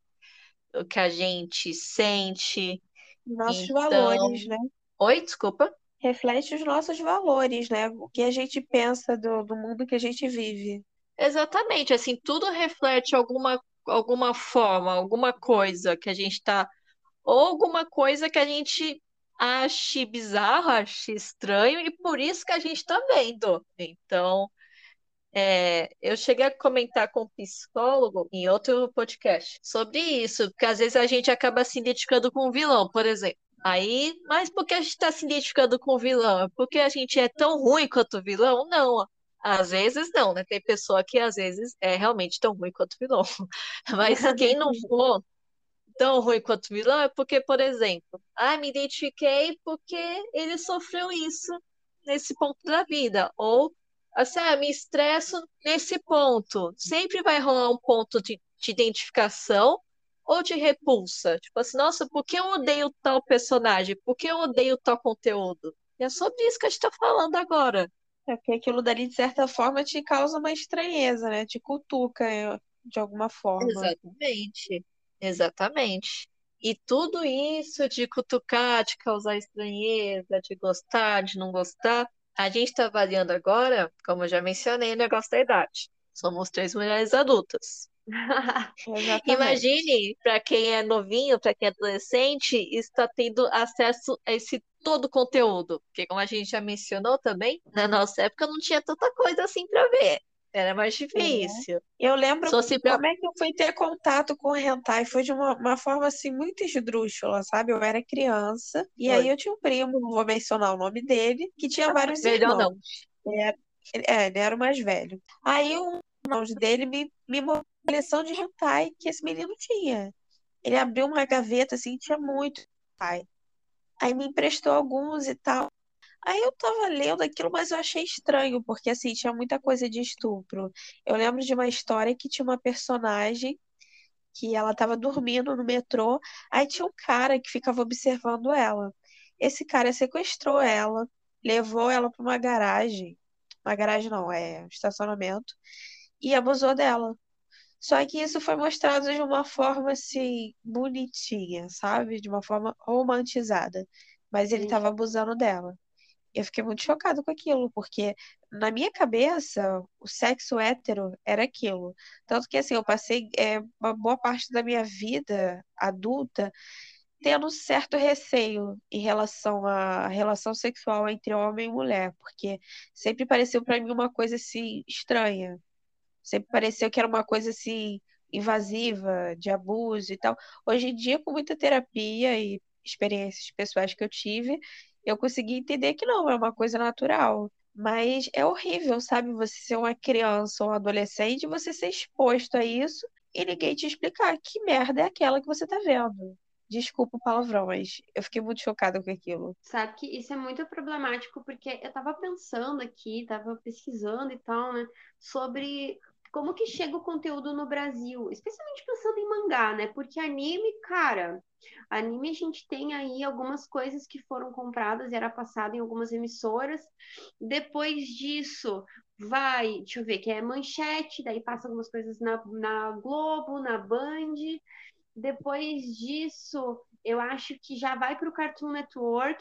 o que a gente sente. Nossos Então, valores, né? oi, desculpa. Reflete os nossos valores, né? O que a gente pensa do, do mundo que a gente vive. Exatamente, assim, tudo reflete alguma, alguma forma, alguma coisa que a gente tá, ou alguma coisa que a gente ache bizarro, ache estranho, e por isso que a gente tá vendo. Então, é, eu cheguei a comentar com um psicólogo em outro podcast sobre isso, porque às vezes a gente acaba se identificando com um vilão, por exemplo. Aí, mas por que a gente está se identificando com o vilão? É porque a gente é tão ruim quanto o vilão? Não. Às vezes não, né? Tem pessoa que às vezes é realmente tão ruim quanto o vilão. Mas quem não for tão ruim quanto o vilão é porque, por exemplo, ah, me identifiquei porque ele sofreu isso nesse ponto da vida. Ou, assim, ah, me estresso nesse ponto. Sempre vai rolar um ponto de, de identificação ou de repulsa. Tipo assim, nossa, por que eu odeio tal personagem? Por que eu odeio tal conteúdo? E é sobre isso que a gente está falando agora. É porque aquilo dali, de certa forma, te causa uma estranheza, né? Te cutuca eh, de alguma forma. Exatamente, exatamente. E tudo isso de cutucar, de causar estranheza, de gostar, de não gostar, a gente está avaliando agora, como eu já mencionei, o negócio da idade. Somos três mulheres adultas. Exatamente. Imagine, para quem é novinho, para quem é adolescente, está tendo acesso a esse todo o conteúdo. Porque, como a gente já mencionou também, na nossa época não tinha tanta coisa assim para ver. Era mais difícil. Eu lembro Se fosse pra... como é que eu fui ter contato com o hentai. Foi de uma, uma forma assim muito esdrúxula, sabe? Eu era criança e aí Foi. eu tinha um primo, não vou mencionar o nome dele, que tinha vários Melhor irmãos. não. Ele era, ele- é, ele era o mais velho. Aí um irmão dele me, me mostrou a coleção de hentai que esse menino tinha. Ele abriu uma gaveta assim, tinha muito hentai. Aí me emprestou alguns e tal. Aí eu tava lendo aquilo, mas eu achei estranho, porque assim, tinha muita coisa de estupro. Eu lembro de uma história que tinha uma personagem que ela tava dormindo no metrô, aí tinha um cara que ficava observando ela. Esse cara sequestrou ela, levou ela para uma garagem, uma garagem não, é um estacionamento, e abusou dela. Só que isso foi mostrado de uma forma assim, bonitinha, sabe? De uma forma romantizada. Mas ele Gente, estava abusando dela. Eu fiquei muito chocada com aquilo, porque na minha cabeça o sexo hétero era aquilo. Tanto que assim, eu passei é, uma boa parte da minha vida adulta tendo um certo receio em relação à relação sexual entre homem e mulher, porque sempre pareceu para mim uma coisa assim estranha. Sempre pareceu que era uma coisa assim invasiva, de abuso e tal. Hoje em dia, com muita terapia e experiências pessoais que eu tive, eu consegui entender que não, é uma coisa natural. Mas é horrível, sabe? Você ser uma criança ou um adolescente, e você ser exposto a isso e ninguém te explicar que merda é aquela que você tá vendo. Desculpa o palavrão, mas eu fiquei muito chocada com aquilo. sabe que isso é muito problemático, porque eu tava pensando aqui, tava pesquisando e tal, né, sobre como que chega o conteúdo no Brasil, especialmente pensando em mangá, né? Porque anime, cara, anime a gente tem aí algumas coisas que foram compradas e era passado em algumas emissoras. Depois disso, vai, deixa eu ver, que é Manchete, daí passa algumas coisas na, na Globo, na Band. Depois disso, eu acho que já vai para o Cartoon Network,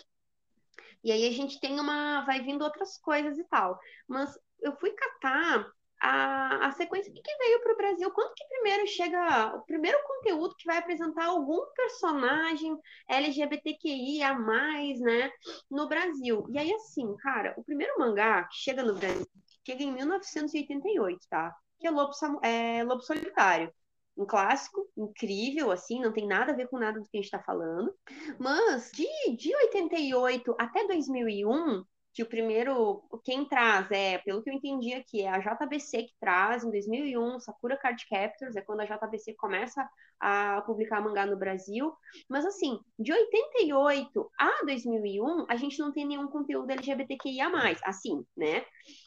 e aí a gente tem uma. Vai vindo outras coisas e tal. Mas eu fui catar a, a sequência que, que veio para o Brasil. Quando que primeiro chega o primeiro conteúdo que vai apresentar algum personagem L G B T Q I a mais, né, no Brasil? E aí, assim, cara, o primeiro mangá que chega no Brasil chega em mil novecentos e oitenta e oito, tá? Que é Lobo, Samu- é, Lobo Solitário. Um clássico, incrível, assim, não tem nada a ver com nada do que a gente está falando. Mas de, de oitenta e oito até dois mil e um, que o primeiro, quem traz é, pelo que eu entendi aqui, é a J B C que traz, em dois mil e um, Sakura Card Captors, é quando a J B C começa a publicar mangá no Brasil. Mas assim, de oitenta e oito a dois mil e um, a gente não tem nenhum conteúdo L G B T Q I A mais, assim, né?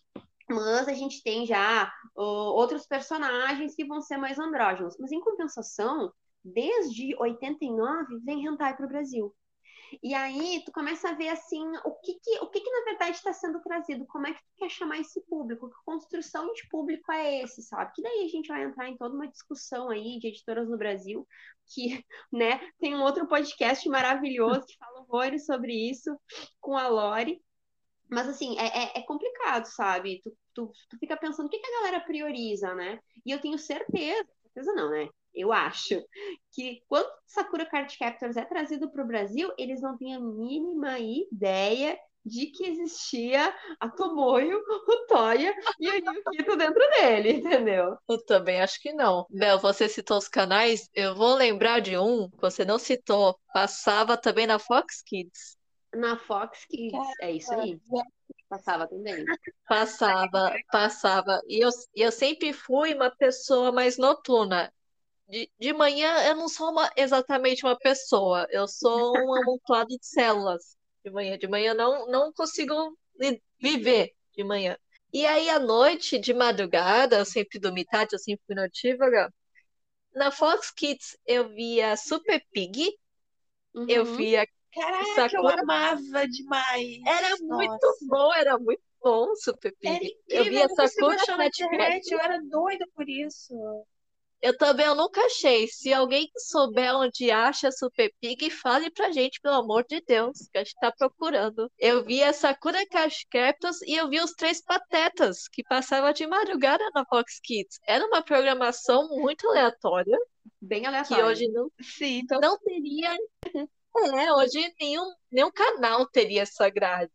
Mas a gente tem já uh, outros personagens que vão ser mais andrógenos. Mas em compensação, desde oitenta e nove vem hentai para o Brasil. E aí tu começa a ver assim o que, que, o que, que na verdade está sendo trazido, como é que tu quer chamar esse público, que construção de público é esse, sabe? Que daí a gente vai entrar em toda uma discussão aí de editoras no Brasil, que, né, tem um outro podcast maravilhoso que fala horrores sobre isso com a Lori. Mas assim, é, é, é complicado, sabe? Tu, tu, tu fica pensando o que, que a galera prioriza, né? E eu tenho certeza, certeza não, né? Eu acho que quando Sakura Card Captors é trazido para o Brasil, eles não têm a mínima ideia de que existia a Tomoyo, o Toya e o Yukito dentro dele, entendeu? Eu também acho que não. Bel, você citou os canais, eu vou lembrar de um que você não citou. Passava também na Fox Kids. Na Fox Kids, é isso aí. Passava também. Passava, passava. E eu, e eu sempre fui uma pessoa mais noturna. De, de manhã eu não sou uma- exatamente uma pessoa, eu sou um amontoado de células de manhã. De manhã eu não, não consigo vi- viver de manhã. E aí à noite, de madrugada, eu sempre dormi tarde, eu sempre fui notívaga. Na Fox Kids eu via Super Pig, eu Uhum. via Caraca, eu Sakura. amava demais. Era muito Nossa. bom, era muito bom Super Era Pig. Eu incrível, via eu não consigo Sakura achar na Cat internet, eu era doida por isso. Eu também eu nunca achei. Se alguém souber onde acha Super Pig, fale pra gente, pelo amor de Deus, que a gente tá procurando. Eu vi a Sakura Card Captors e eu vi os Três Patetas, que passava de madrugada na Fox Kids. Era uma programação muito aleatória, Bem que aleatório. hoje não, Sim, então não teria. É, hoje nenhum, nenhum canal teria essa grade.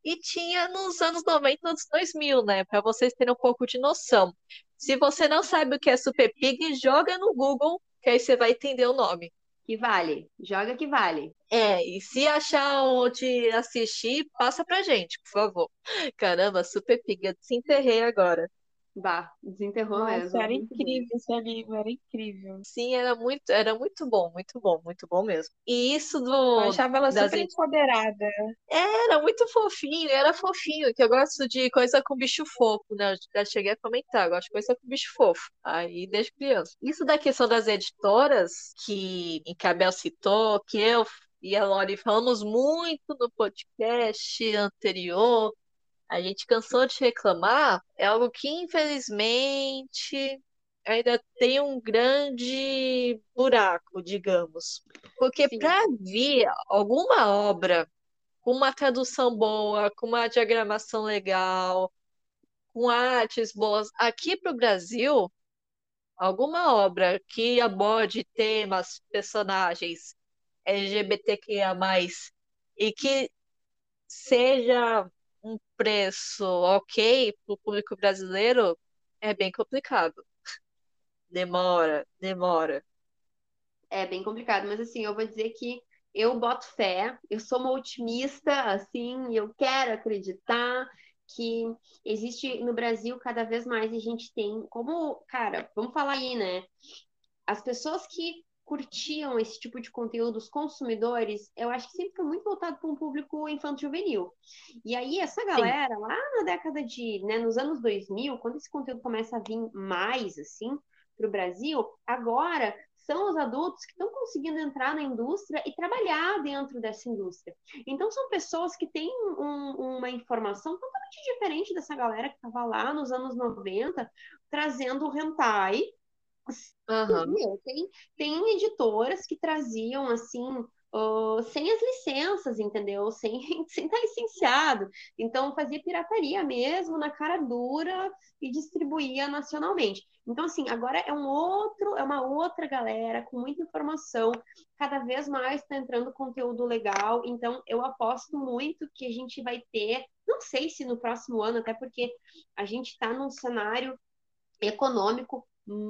e tinha nos anos noventa, anos dois mil, né? Para vocês terem um pouco de noção. Se você não sabe o que é Super Pig, joga no Google, que aí você vai entender o nome. Que vale. Joga que vale. É, e se achar onde assistir, passa pra gente, por favor. Caramba, Super Pig, eu desenterrei agora. Bah, desenterrou Nossa, mesmo. era Muito bom. incrível esse anime, era incrível. Sim, era muito, era muito bom, muito bom, muito bom mesmo. E isso Eu do achava ela das super empoderada. era muito fofinho, era fofinho, que eu gosto de coisa com bicho fofo, né? Eu já cheguei a comentar, eu gosto de coisa com bicho fofo. Aí, desde criança. Isso da questão das editoras, que, em que a Bel citou, que eu e a Lori falamos muito no podcast anterior, a gente cansou de reclamar, é algo que, infelizmente, ainda tem um grande buraco, digamos. Porque Sim. para vir alguma obra com uma tradução boa, com uma diagramação legal, com artes boas. Aqui para o Brasil, alguma obra que aborde temas, personagens L G B T Q I A mais, e que seja um preço ok para o público brasileiro, é bem complicado. Demora, demora. É bem complicado, mas assim, eu vou dizer que eu boto fé, eu sou uma otimista, assim, e eu quero acreditar que existe no Brasil cada vez mais a gente tem, como, cara, vamos falar aí, né? As pessoas que curtiam esse tipo de conteúdo, os consumidores, eu acho que sempre foi muito voltado para um público infanto-juvenil. E aí, essa Sim, galera, lá na década de, né, nos anos dois mil, quando esse conteúdo começa a vir mais, assim, para o Brasil, agora são os adultos que estão conseguindo entrar na indústria e trabalhar dentro dessa indústria. Então, são pessoas que têm um, uma informação totalmente diferente dessa galera que estava lá nos anos noventa, trazendo o hentai. aham, Meu, tem, tem editoras que traziam assim, uh, sem as licenças, entendeu? Sem sem estar licenciado. Então fazia pirataria mesmo, na cara dura, e distribuía nacionalmente. Então, assim, agora é um outro, é uma outra galera com muita informação, cada vez mais está entrando conteúdo legal. Então, eu aposto muito que a gente vai ter, não sei se no próximo ano, até porque a gente está num cenário econômico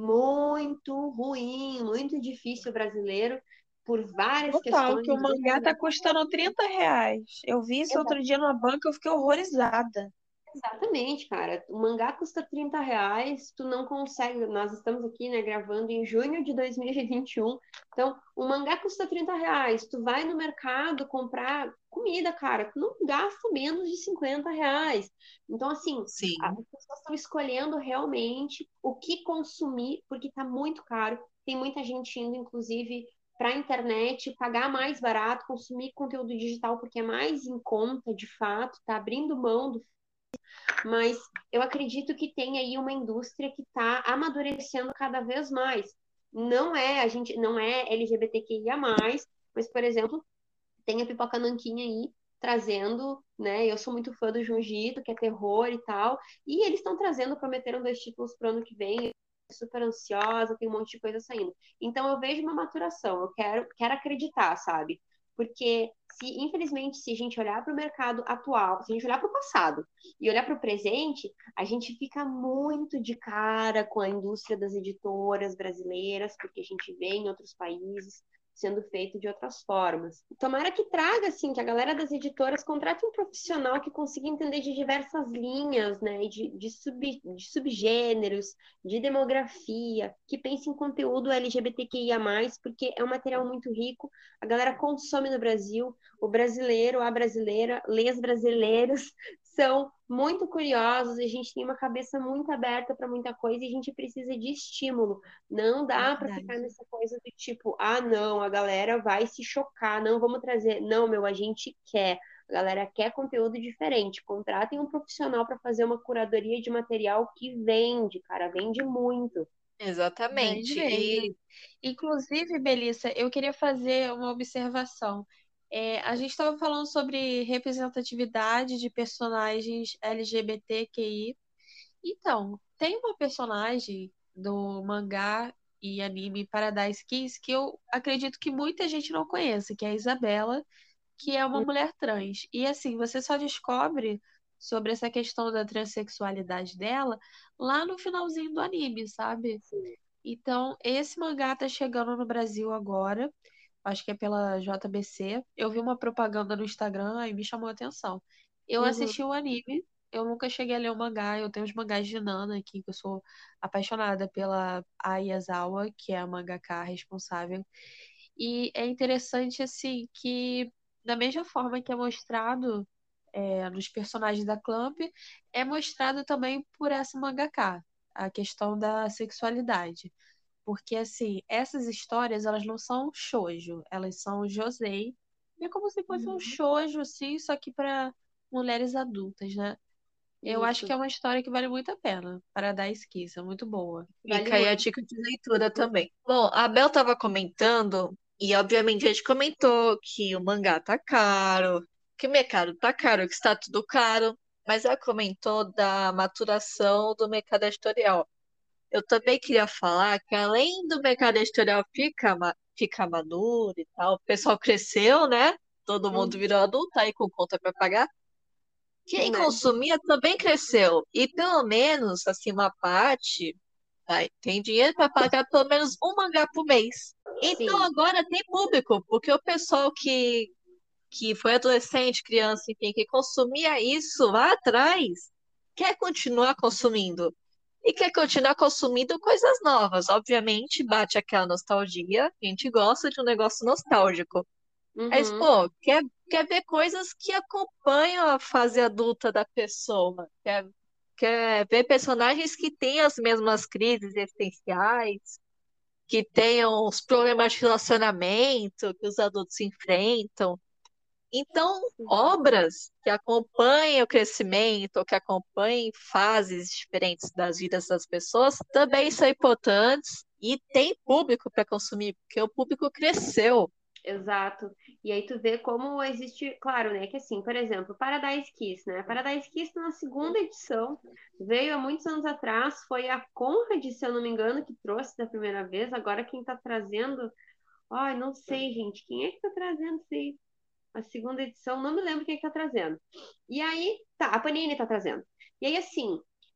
muito ruim, muito difícil brasileiro, por várias Total, questões. que o mangá tá custando trinta reais. Eu vi isso outro dia numa banca, eu fiquei horrorizada. Exatamente, cara. O mangá custa trinta reais, tu não consegue. Nós estamos aqui, né, gravando em junho de dois mil e vinte e um. Então, o mangá custa trinta reais. Tu vai no mercado comprar comida, cara, tu não gasta menos de cinquenta reais. Então, assim, as sim. pessoas estão escolhendo realmente o que consumir, porque tá muito caro. Tem muita gente indo, inclusive, para a internet, pagar mais barato, consumir conteúdo digital, porque é mais em conta, de fato, tá abrindo mão do, mas eu acredito que tem aí uma indústria que está amadurecendo cada vez mais. Não é a gente, não é L G B T Q I A mais, mas por exemplo, tem a Pipoca Nanquim aí trazendo, né? Eu sou muito fã do Jiu-Jitsu, que é terror e tal, e eles estão trazendo, prometeram dois títulos para o ano que vem. Super ansiosa, tem um monte de coisa saindo. Então eu vejo uma maturação, eu quero, quero acreditar, sabe? Porque se, infelizmente, se a gente olhar para o mercado atual, se a gente olhar para o passado e olhar para o presente, a gente fica muito de cara com a indústria das editoras brasileiras, porque a gente vê em outros países sendo feito de outras formas. Tomara que traga, assim, que a galera das editoras contrate um profissional que consiga entender de diversas linhas, né, de, de, sub, de subgêneros, de demografia, que pense em conteúdo L G B T Q I A mais, porque é um material muito rico, a galera consome no Brasil, o brasileiro, a brasileira, les brasileiros são muito curiosos, a gente tem uma cabeça muito aberta para muita coisa e a gente precisa de estímulo. Não dá para ficar Verdade. nessa coisa do tipo, ah, não, a galera vai se chocar, não vamos trazer. Não, meu, a gente quer. A galera quer conteúdo diferente. Contratem um profissional para fazer uma curadoria de material que vende, cara, vende muito. Vende Exatamente. mesmo. E Inclusive, Belissa, eu queria fazer uma observação. É, a gente estava falando sobre representatividade de personagens L G B T Q I. Então, tem uma personagem do mangá e anime Paradise Kiss que eu acredito que muita gente não conhece, que é a Isabela, que é uma mulher trans. E assim, você só descobre sobre essa questão da transexualidade dela lá no finalzinho do anime, sabe? Então, esse mangá tá chegando no Brasil agora. Acho que é pela J B C. Eu vi uma propaganda no Instagram e me chamou a atenção. Eu Uhum. assisti o anime, eu nunca cheguei a ler o mangá. Eu tenho os mangás de Nana aqui, que eu sou apaixonada pela Ai Yazawa, que é a mangaka responsável. E é interessante, assim, que da mesma forma que é mostrado é, nos personagens da Clamp, é mostrado também por essa mangaka, a questão da sexualidade. Porque, assim, essas histórias, elas não são shoujo, elas são josei. É como se fosse um shoujo, assim, só que para mulheres adultas, né? Eu acho que Isso. é uma história que vale muito a pena. Paradise Kiss, é muito boa. Vale Fica aí a muito. dica de leitura também. Bom, a Bel estava comentando, e obviamente a gente comentou que o mangá tá caro, que o mercado tá caro, que está tudo caro, mas ela comentou da maturação do mercado editorial. Eu também queria falar que além do mercado editorial ficar ma ficar maduro e tal, o pessoal cresceu, né? Todo mundo Uhum. virou adulto aí com conta para pagar. Quem Né? consumia também cresceu. E pelo menos, assim, uma parte vai, tem dinheiro para pagar pelo menos um mangá por mês. Então Sim, agora tem público, porque o pessoal que, que foi adolescente, criança, enfim, que consumia isso lá atrás, quer continuar consumindo. E quer continuar consumindo coisas novas. Obviamente, bate aquela nostalgia. A gente gosta de um negócio nostálgico. Mas, uhum, pô, quer, quer ver coisas que acompanham a fase adulta da pessoa. Quer, quer ver personagens que têm as mesmas crises existenciais, que tenham os problemas de relacionamento que os adultos enfrentam. Então, obras que acompanhem o crescimento, que acompanhem fases diferentes das vidas das pessoas, também são importantes e tem público para consumir, porque o público cresceu. exato. E aí tu vê como existe, claro, né, que assim, por exemplo, Paradise Kiss, né? Paradise Kiss na segunda edição veio há muitos anos atrás, foi a Conrad, se eu não me engano, que trouxe da primeira vez. Agora quem tá trazendo, ai, não sei, gente, quem é que tá trazendo isso aí? A segunda edição, não me lembro quem é que tá trazendo. E aí, tá, a Panini tá trazendo. E aí, assim,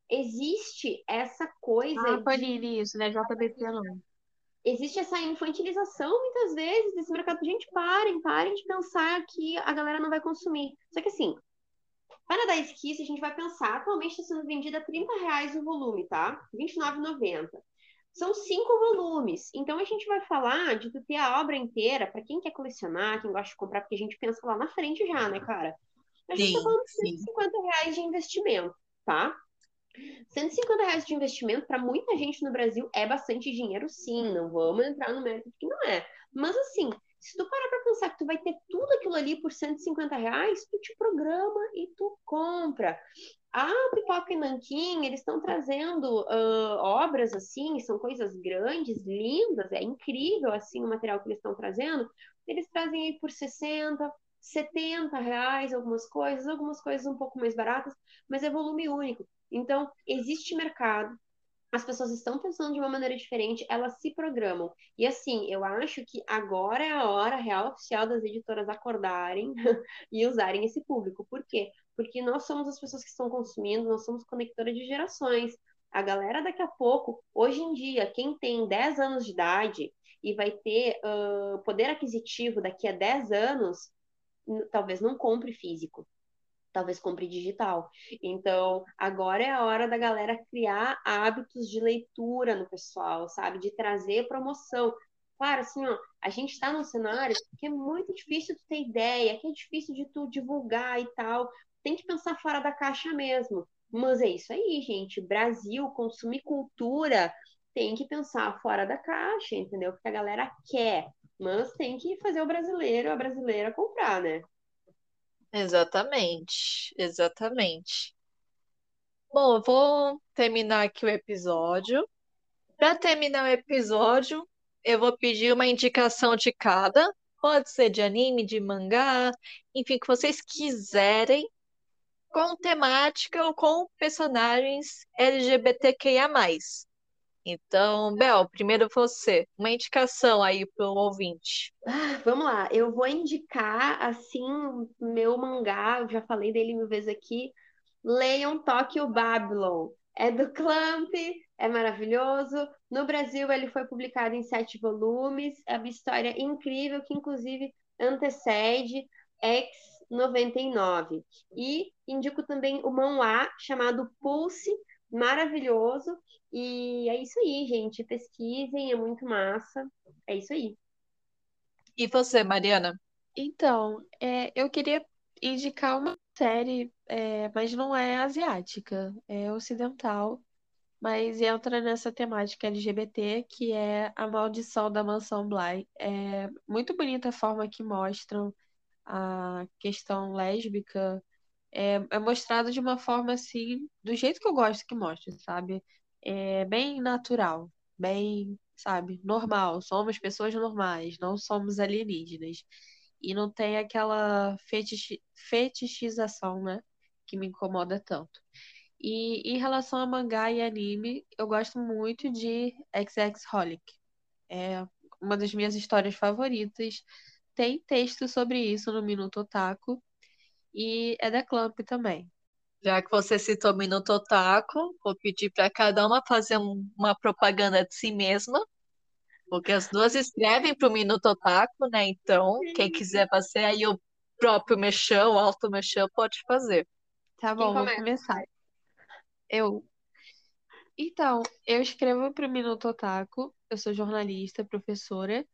existe essa coisa Ah, de Panini, isso, né? J B C não. existe essa infantilização muitas vezes desse mercado. Gente, parem, parem de pensar que a galera não vai consumir. Só que assim, Paradise Kiss, a gente vai pensar, atualmente está sendo vendida a trinta reais o volume, tá? vinte e nove reais e noventa centavos. São cinco volumes. Então a gente vai falar de tu ter a obra inteira, para quem quer colecionar, quem gosta de comprar, porque a gente pensa lá na frente já, né, cara? A gente tá Sim, falando de cento e sim. cinquenta reais de investimento, tá? cento e cinquenta reais de investimento para muita gente no Brasil é bastante dinheiro, sim. Não vamos entrar no mérito de que não é. Mas assim, se tu parar para pensar que tu vai ter tudo aquilo ali por cento e cinquenta reais, tu te programa e tu compra. A Pipoca e Nanquim, eles estão trazendo uh, obras assim, são coisas grandes, lindas, é incrível assim o material que eles estão trazendo. Eles trazem aí por sessenta, setenta reais algumas coisas, algumas coisas um pouco mais baratas, mas é volume único. Então, existe mercado, as pessoas estão pensando de uma maneira diferente, elas se programam. E assim, eu acho que agora é a hora real oficial das editoras acordarem e usarem esse público. Por quê? Porque nós somos as pessoas que estão consumindo, nós somos conectora de gerações. A galera daqui a pouco, hoje em dia, quem tem dez anos de idade e vai ter uh, poder aquisitivo daqui a dez anos, talvez não compre físico, talvez compre digital. Então, agora é a hora da galera criar hábitos de leitura no pessoal, sabe? De trazer promoção. Claro, assim, ó, a gente está num cenário que é muito difícil tu ter ideia, que é difícil de tu divulgar e tal. Tem que pensar fora da caixa mesmo. Mas é isso aí, gente. Brasil, consumir cultura, tem que pensar fora da caixa, entendeu? Porque a galera quer, mas tem que fazer o brasileiro, a brasileira comprar, né? Exatamente, exatamente. Bom, eu vou terminar aqui o episódio. Para terminar o episódio, eu vou pedir uma indicação de cada. Pode ser de anime, de mangá, enfim, o que vocês quiserem, com temática ou com personagens L G B T Q I A mais. Então, Bel, primeiro você, uma indicação aí pro ouvinte. Ah, vamos lá, eu vou indicar, assim, meu mangá, eu já falei dele mil vezes aqui, leiam Tokyo Babylon. É do Clamp, é maravilhoso. No Brasil, ele foi publicado em sete volumes. É uma história incrível que, inclusive, antecede X noventa e nove. E indico também o manhwa chamado Pulse, maravilhoso. E é isso aí, gente. Pesquisem, é muito massa. É isso aí. E você, Mariana? Então, é, eu queria indicar uma série, é, mas não é asiática, é ocidental, mas entra nessa temática L G B T, que é A Maldição da Mansão Bly. É muito bonita a forma que mostram a questão lésbica. É, é mostrado de uma forma assim, do jeito que eu gosto que mostre, sabe? É bem natural, bem, sabe, normal. Somos pessoas normais, não somos alienígenas. E não tem aquela fetich- fetichização, né? Que me incomoda tanto. E em relação a mangá e anime, eu gosto muito de X X Holic. É uma das minhas histórias favoritas. Tem texto sobre isso no Minuto Otaku. E é da Clamp também. Já que você citou Minuto Otaku, vou pedir para cada uma fazer um- uma propaganda de si mesma, porque as duas escrevem para o Minuto Otaku, né? Então, quem quiser fazer aí o próprio mexão, o alto mexão, pode fazer. Tá Quem bom, vou começa? começar. Eu. Então, eu escrevo para o Minuto Otaku. Eu sou jornalista, professora.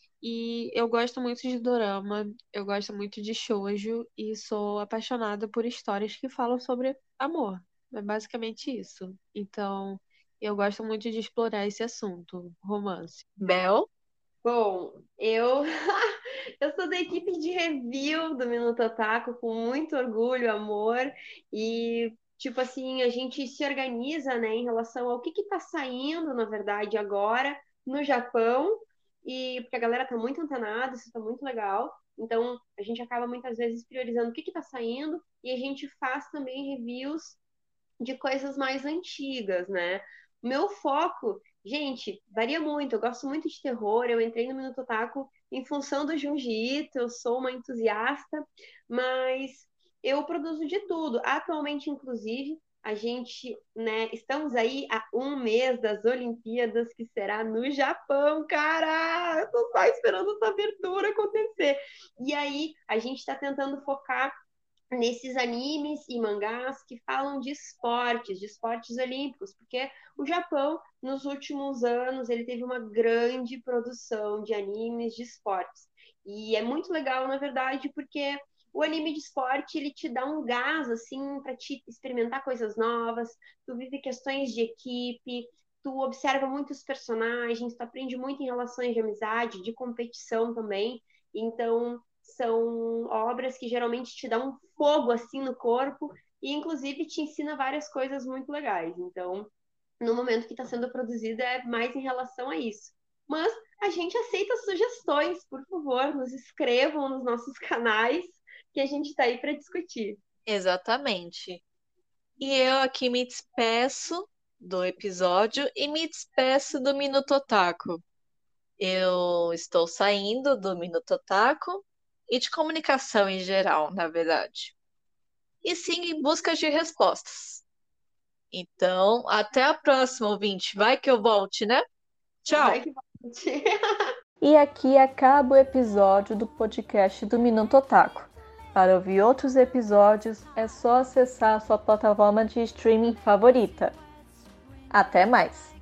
E eu gosto muito de dorama, eu gosto muito de shoujo e sou apaixonada por histórias que falam sobre amor. É basicamente isso. Então, eu gosto muito de explorar esse assunto, romance. Bel? Bom, eu eu sou da equipe de review do Minuto Otaku com muito orgulho, amor e tipo assim, a gente se organiza, né, em relação ao que que tá saindo, na verdade, agora no Japão e porque a galera tá muito antenada, isso tá muito legal. Então, a gente acaba muitas vezes priorizando o que que tá saindo e a gente faz também reviews de coisas mais antigas, né? O meu foco, gente, varia muito. Eu gosto muito de terror. Eu entrei no Minuto Otaku em função do Junji Ito, eu sou uma entusiasta, mas eu produzo de tudo. Atualmente, inclusive, a gente, né, estamos aí há um mês das Olimpíadas, que será no Japão, cara! Eu tô só esperando essa abertura acontecer. E aí, a gente está tentando focar nesses animes e mangás que falam de esportes, de esportes olímpicos, porque o Japão, nos últimos anos, ele teve uma grande produção de animes de esportes. E é muito legal, na verdade, porque o anime de esporte, ele te dá um gás, assim, para te experimentar coisas novas, tu vive questões de equipe, tu observa muitos personagens, tu aprende muito em relações de amizade, de competição também. Então, são obras que geralmente te dão um fogo assim no corpo e inclusive te ensina várias coisas muito legais. Então, no momento que está sendo produzida é mais em relação a isso. Mas a gente aceita sugestões, por favor, nos escrevam nos nossos canais que a gente está aí para discutir. Exatamente. E eu aqui me despeço do episódio e me despeço do Minuto Otaku. Eu estou saindo do Minuto Otaku e de comunicação em geral, na verdade. E sim em busca de respostas. Então, até a próxima, ouvinte. Vai que eu volte, né? Tchau! Vai que volte. E aqui acaba o episódio do podcast do Minuto Otaku. Para ouvir outros episódios, é só acessar a sua plataforma de streaming favorita. Até mais!